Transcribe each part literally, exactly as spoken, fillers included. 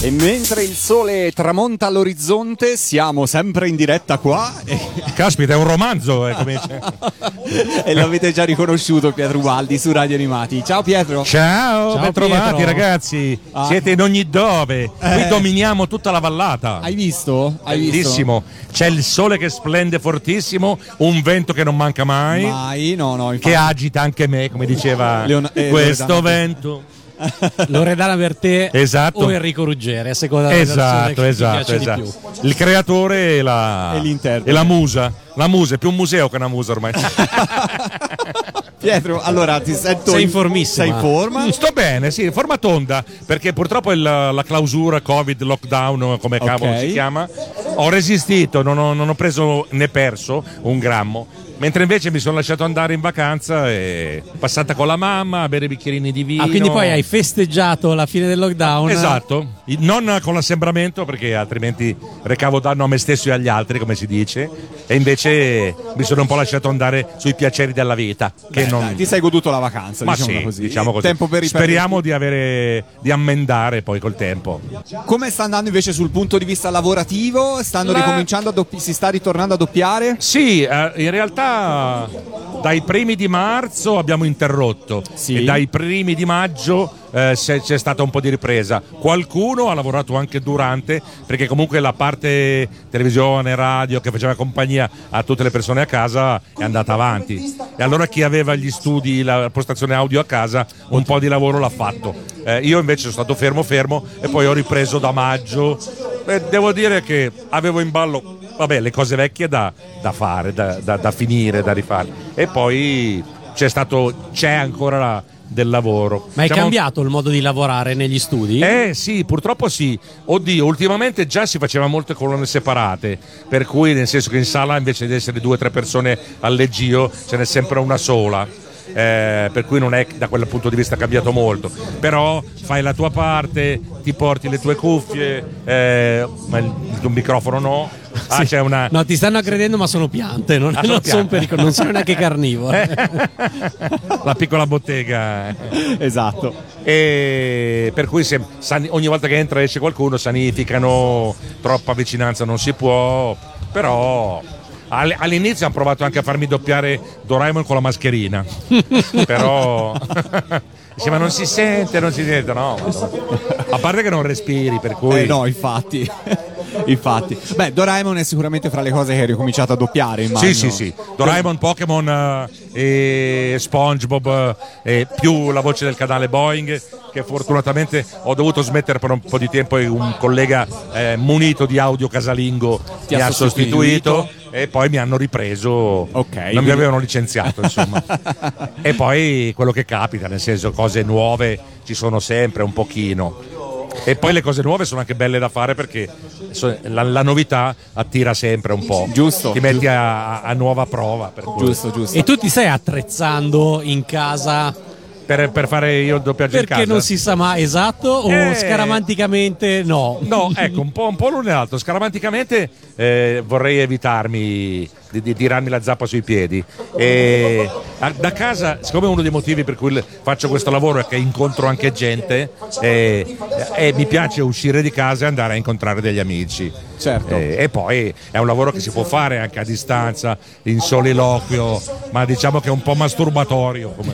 E mentre il sole tramonta all'orizzonte, siamo sempre in diretta qua. E... Caspita, è un romanzo, eh, come e l'avete già riconosciuto, Pietro Ubaldi su Radio Animati. Ciao Pietro. Ciao, Ciao ben trovati Pietro. ragazzi. Ah. Siete in ogni dove. Qui Eh. dominiamo tutta la vallata. Hai visto? Hai Bellissimo. C'è il sole che splende fortissimo, un vento che non manca mai, visto? Mai, no, no. Infatti... che agita anche me, come diceva Leon- eh, questo Loredana. vento. Loredana Bertè Esatto. o Enrico Ruggeri, a seconda della Esatto, versione che esatto, ti piace esatto. di più. Il creatore e la E l'interprete. e la musa. La musa è più un museo che una musa ormai. Pietro, allora ti sento. Sei informissimo. Sei in forma? Mm, Sto bene, sì, forma tonda, perché purtroppo il- la clausura, Covid, lockdown, come cavolo Ok. si chiama, ho resistito, non ho, non ho preso né perso un grammo, mentre invece mi sono lasciato andare in vacanza e passata con la mamma a bere bicchierini di vino. Ah, quindi poi hai festeggiato la fine del lockdown. Esatto, non con l'assembramento perché altrimenti recavo danno a me stesso e agli altri, come si dice, e invece mi sono un po' lasciato andare sui piaceri della vita, che Beh, non... dai, ti sei goduto la vacanza, Ma diciamo sì, così. diciamo così. Tempo per Speriamo di avere di ammendare poi col tempo. Come sta andando invece sul punto di vista lavorativo? Stanno La- ricominciando a doppi- si sta ritornando a doppiare? Sì, eh, in realtà dai primi di marzo abbiamo interrotto Sì. e dai primi di maggio eh, c'è, c'è stata un po' di ripresa. Qualcuno ha lavorato anche durante, perché comunque la parte televisione, radio che faceva compagnia a tutte le persone a casa è andata avanti. E allora chi aveva gli studi, la postazione audio a casa, un po' di lavoro l'ha fatto. Eh, io invece sono stato fermo fermo e poi ho ripreso da maggio. Eh, devo dire che avevo in ballo, vabbè, le cose vecchie da, da fare, da, da- da finire, da rifare. E poi c'è stato, c'è ancora la- del lavoro. Ma è Siamo- cambiato il modo di lavorare negli studi? Eh sì, purtroppo sì. Oddio, ultimamente già si faceva molte colonne separate, per cui nel senso che in sala invece di essere due o tre persone al leggio ce n'è sempre una sola. Eh, per cui non è da quel punto di vista cambiato molto, però fai la tua parte, ti porti le tue cuffie, eh, ma il, il tuo microfono no. Ah, c'è una... No, ti stanno aggredendo, ma sono piante, non, Ah, sono non, sono piante. pericolo- non sono neanche carnivore. la piccola bottega. Esatto. E per cui se, sani- ogni volta che entra e esce qualcuno sanificano, troppa vicinanza non si può, però all- all'inizio hanno provato anche a farmi doppiare Doraemon con la mascherina, però dice, ma non si sente, non si sente, no, a parte che non respiri, per cui Eh, no, infatti. Infatti. Beh, Doraemon è sicuramente fra le cose che hai ricominciato a doppiare, immagino. sì sì sì, Doraemon, Pokémon eh, e SpongeBob, eh, e più la voce del canale Boeing, che fortunatamente ho dovuto smettere per un po' di tempo e un collega eh, munito di audio casalingo Ti mi ha ha sostituito. sostituito e poi mi hanno ripreso, Ok, non quindi- mi avevano licenziato insomma. E poi quello che capita, nel senso, cose nuove ci sono sempre un pochino. E poi le cose nuove sono anche belle da fare perché so- la, la novità attira sempre un po'. Giusto. Ti metti a, a nuova prova. Per, cui- Giusto, giusto. E tu ti stai attrezzando in casa per, per fare io il doppiaggio in perché casa. non si sa mai, esatto? O Eh. scaramanticamente no? No, ecco, un po', un po' l'uno e l'altro. Scaramanticamente eh, vorrei evitarmi di, di tirarmi la zappa sui piedi. E a- da casa, siccome uno dei motivi per cui l- faccio questo lavoro è che incontro anche gente e, e mi piace uscire di casa e andare a incontrare degli amici. Certo. E, e poi è un lavoro che si può fare anche a distanza, in soliloquio, ma diciamo che è un po' masturbatorio. Come...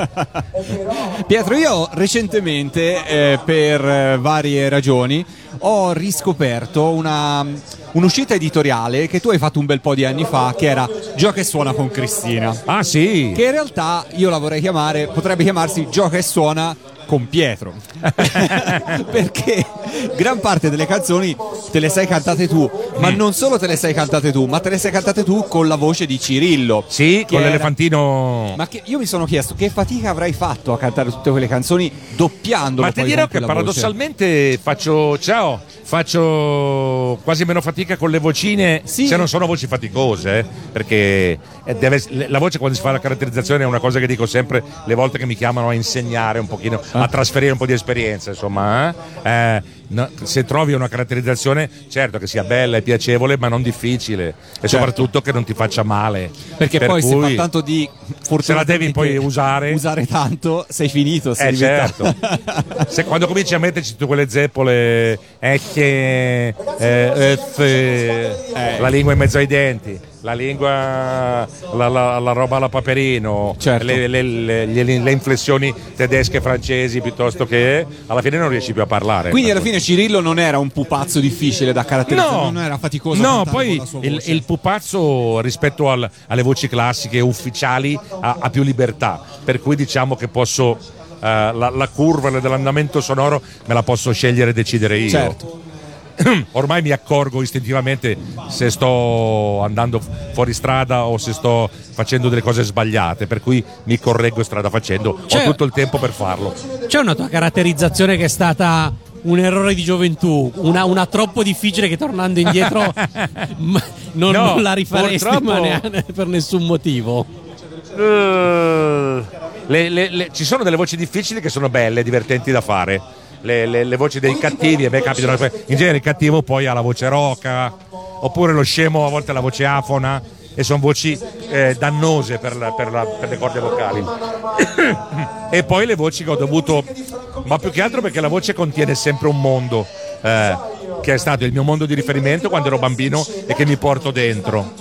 Pietro, io recentemente, eh, per eh, varie ragioni, ho riscoperto una, un'uscita editoriale che tu hai fatto un bel po' di anni fa, che era Gioca e suona con Cristina. Ah sì? Che in realtà io la vorrei chiamare, potrebbe chiamarsi Gioca e suona con Pietro. Perché gran parte delle canzoni te le sei cantate tu, ma non solo te le sei cantate tu, ma te le sei cantate tu con la voce di Cirillo. Sì, che con era- l'elefantino. Ma che io mi sono chiesto che fatica avrai fatto a cantare tutte quelle canzoni doppiandolo. Ma ti poi dirò con che quella voce. paradossalmente faccio ciao, faccio quasi meno fatica con le vocine, Sì. se non sono voci faticose, eh, perché eh, deve- la voce quando si fa la caratterizzazione è una cosa che dico sempre le volte che mi chiamano a insegnare un pochino, a trasferire un po' di esperienza, insomma, eh. Eh, no, se trovi una caratterizzazione, certo che sia bella e piacevole, ma non difficile, e certo. soprattutto che non ti faccia male. Perché per poi cui, se fa tanto di se la devi poi usare, usare tanto, sei finito. Sei eh certo. Se quando cominci a metterci tu quelle zeppole, ecce, eh, eh, la lingua in mezzo ai denti, la lingua, la, la, la roba alla Paperino, certo. le, le, le, le, le inflessioni tedesche, francesi, piuttosto che alla fine non riesci più a parlare. Quindi alla fine Cirillo non era un pupazzo difficile da caratterizzare, no, non era faticoso. No, poi il, il pupazzo rispetto al, alle voci classiche ufficiali ha, ha più libertà, per cui diciamo che posso uh, la, la curva dell'andamento sonoro me la posso scegliere e decidere io. Certo. Ormai mi accorgo istintivamente se sto andando fuori strada o se sto facendo delle cose sbagliate, per cui mi correggo strada facendo, c'è, ho tutto il tempo per farlo. C'è una tua caratterizzazione che è stata un errore di gioventù, una, una troppo difficile che tornando indietro non, no, non la rifaresti purtroppo... ma neanche per nessun motivo? Uh, le, le, le, ci sono delle voci difficili che sono belle, divertenti da fare. Le, le, le voci dei cattivi, a me capitano, in genere il cattivo poi ha la voce roca, oppure lo scemo a volte ha la voce afona, e sono voci eh, dannose per, la, per, la, per le corde vocali. E poi le voci che ho dovuto, ma più che altro perché la voce contiene sempre un mondo eh, che è stato il mio mondo di riferimento quando ero bambino e che mi porto dentro,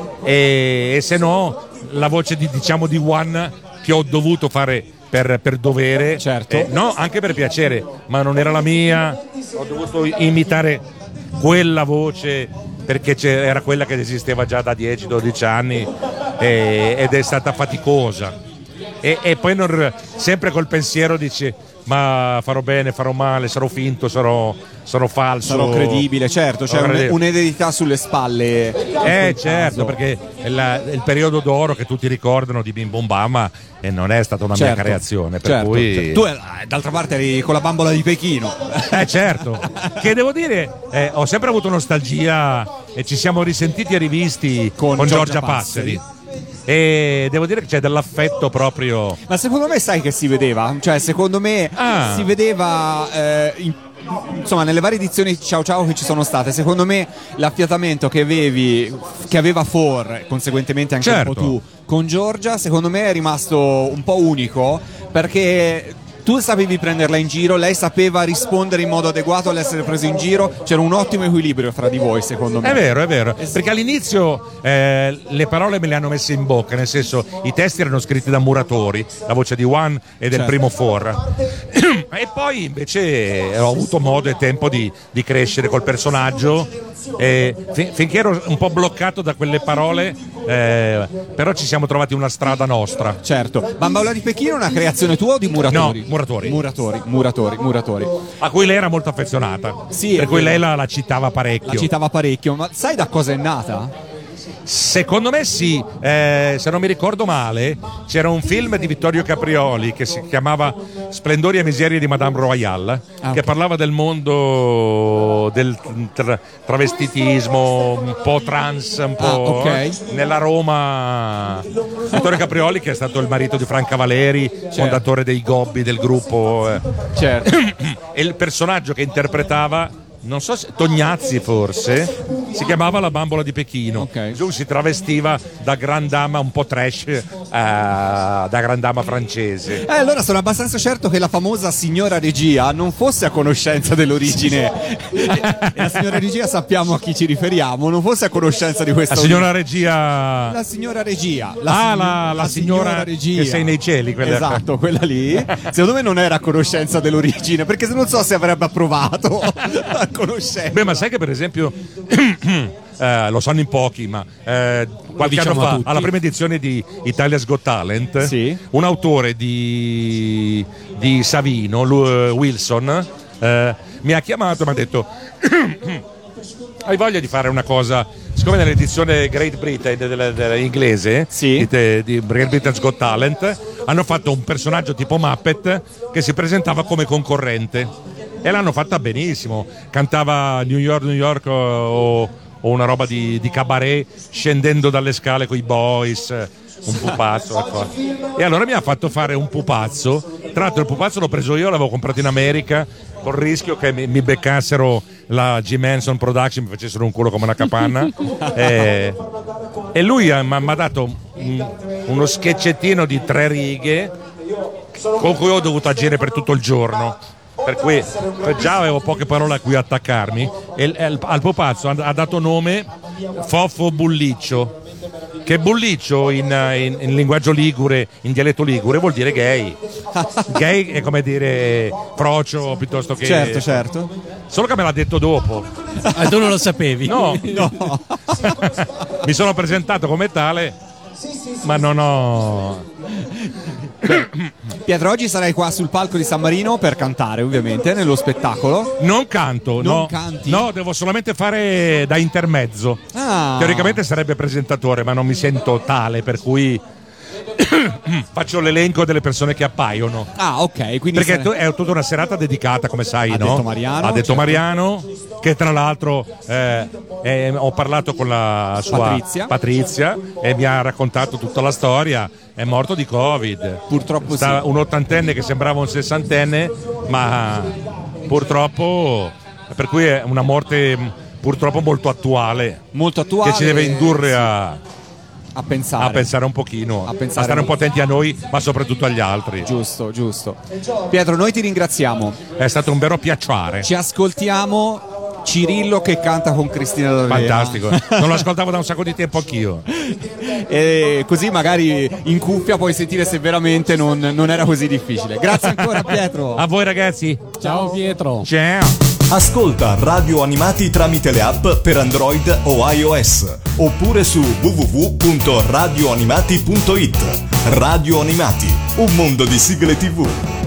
e, e se no la voce di, diciamo di One che ho dovuto fare Per, per dovere, certo. eh, no, anche per piacere, ma non era la mia, ho dovuto imitare quella voce perché era quella che esisteva già da dieci dodici anni, eh, ed è stata faticosa, e, e poi non, sempre col pensiero dici ma farò bene, farò male, sarò finto, sarò, sarò falso, sarò credibile, certo, c'è cioè un'eredità sulle spalle. Eh certo, perché il, il periodo d'oro che tutti ricordano di Bim Bom Bam e non è stata una certo, mia creazione, per certo, cui certo. Tu d'altra parte eri con la bambola di Pechino. Eh certo, che devo dire, eh, ho sempre avuto nostalgia e ci siamo risentiti e rivisti con, con Giorgia, Giorgia Passeri. Passeri. E devo dire che c'è dell'affetto proprio. Ma secondo me sai che si vedeva? Cioè secondo me ah. si vedeva eh, in, insomma nelle varie edizioni Ciao Ciao che ci sono state, secondo me l'affiatamento che avevi, che aveva For, conseguentemente anche certo. un po' tu con Giorgia, secondo me è rimasto un po' unico, perché tu sapevi prenderla in giro, lei sapeva rispondere in modo adeguato all'essere preso in giro, c'era un ottimo equilibrio fra di voi, secondo me. È vero, è vero, perché all'inizio eh, le parole me le hanno messe in bocca, nel senso i testi erano scritti da Muratori, la voce di One e del certo. primo For, e poi invece ho avuto modo e tempo di, di crescere col personaggio, e fin, finché ero un po' bloccato da quelle parole, eh, però ci siamo trovati una strada nostra. Certo. Bambola di Pechino è una creazione tua o di Muratori? No, Muratori. Muratori, Muratori, Muratori. A cui lei era molto affezionata, sì, per cui lei la, la citava parecchio. La citava parecchio, ma sai da cosa è nata? Secondo me sì, eh, se non mi ricordo male c'era un film di Vittorio Caprioli che si chiamava Splendori e miserie di Madame Royale, ah, che okay. parlava del mondo del tra- travestitismo, un po' trans, un po' ah, okay. nella Roma. Vittorio Caprioli, che è stato il marito di Franca Valeri, certo. fondatore dei Gobbi, del gruppo, eh. certo. E il personaggio che interpretava, non so se Tognazzi forse, si chiamava La Bambola di Pechino. Okay. Lui si travestiva da gran dama un po' trash, uh, da gran dama francese. Eh, allora sono abbastanza certo che la famosa signora regia non fosse a conoscenza dell'origine. E la signora regia sappiamo a chi ci riferiamo, non fosse a conoscenza di questa. La signora regia. La signora regia. La ah, sign- la, la, la signora, signora regia. Che sei nei cieli. Quella... Esatto, quella lì. Secondo me non era a conoscenza dell'origine, perché se non so se avrebbe approvato. Conoscenza. Beh, ma sai che per esempio eh, lo sanno in pochi, ma eh, qualche diciamo anno fa alla prima edizione di Italia's Got Talent, sì. un autore di, di Savino, lui, Wilson, eh, mi ha chiamato e mi ha detto hai voglia di fare una cosa, siccome nell'edizione Great Britain dell'inglese sì. di, di Great Britain's Got Talent hanno fatto un personaggio tipo Muppet che si presentava come concorrente. E l'hanno fatta benissimo, cantava New York, New York o, o una roba di, di cabaret scendendo dalle scale coi boys, un pupazzo. Ecco. E allora mi ha fatto fare un pupazzo Tra l'altro il pupazzo l'ho preso io, l'avevo comprato in America col rischio che mi, mi beccassero la G. Manson Production, mi facessero un culo come una capanna. e, e lui mi ha dato un, uno sketchettino di tre righe con cui ho dovuto agire per tutto il giorno, per cui già avevo poche parole a cui attaccarmi. E, e al, al pupazzo ha, ha dato nome Fofo Bulliccio, che bulliccio in, in, in linguaggio ligure, in dialetto ligure, vuol dire gay. Gay è come dire frocio piuttosto che... Certo, certo. Solo che me l'ha detto dopo. Ah, tu non lo sapevi? No, No. mi sono presentato come tale, ma non ho... Pietro, oggi sarai qua sul palco di San Marino per cantare, ovviamente, nello spettacolo. Non canto, Non no. canti? No, devo solamente fare da intermezzo. Ah. Teoricamente sarebbe presentatore, ma non mi sento tale, per cui faccio l'elenco delle persone che appaiono. Ah, ok. Quindi Perché sare- tu- è tutta una serata dedicata, come sai, Ha no? detto Mariano, Ha detto certo. Mariano, che tra l'altro eh, eh, ho parlato con la sua Patrizia. Patrizia e mi ha raccontato tutta la storia. È morto di Covid. Purtroppo Sta- sì. Un ottantenne che sembrava un sessantenne, ma purtroppo, per cui è una morte mh, purtroppo molto attuale, Molto attuale. che ci deve indurre a, a pensare. a pensare un pochino, A a, pensare stare un po' attenti a noi, ma soprattutto agli altri. Giusto, giusto. Pietro, noi ti ringraziamo. È stato un vero piacere. Ci ascoltiamo Cirillo che canta con Cristina D'Avena. Fantastico, non lo ascoltavo da un sacco di tempo anch'io. E così magari in cuffia puoi sentire se veramente non, non era così difficile. Grazie ancora Pietro. A voi ragazzi, Ciao Pietro. ciao. Ascolta Radio Animati tramite le app per Android o iOS oppure su w w w punto radio animati punto it. Radio Animati, un mondo di sigle tivù.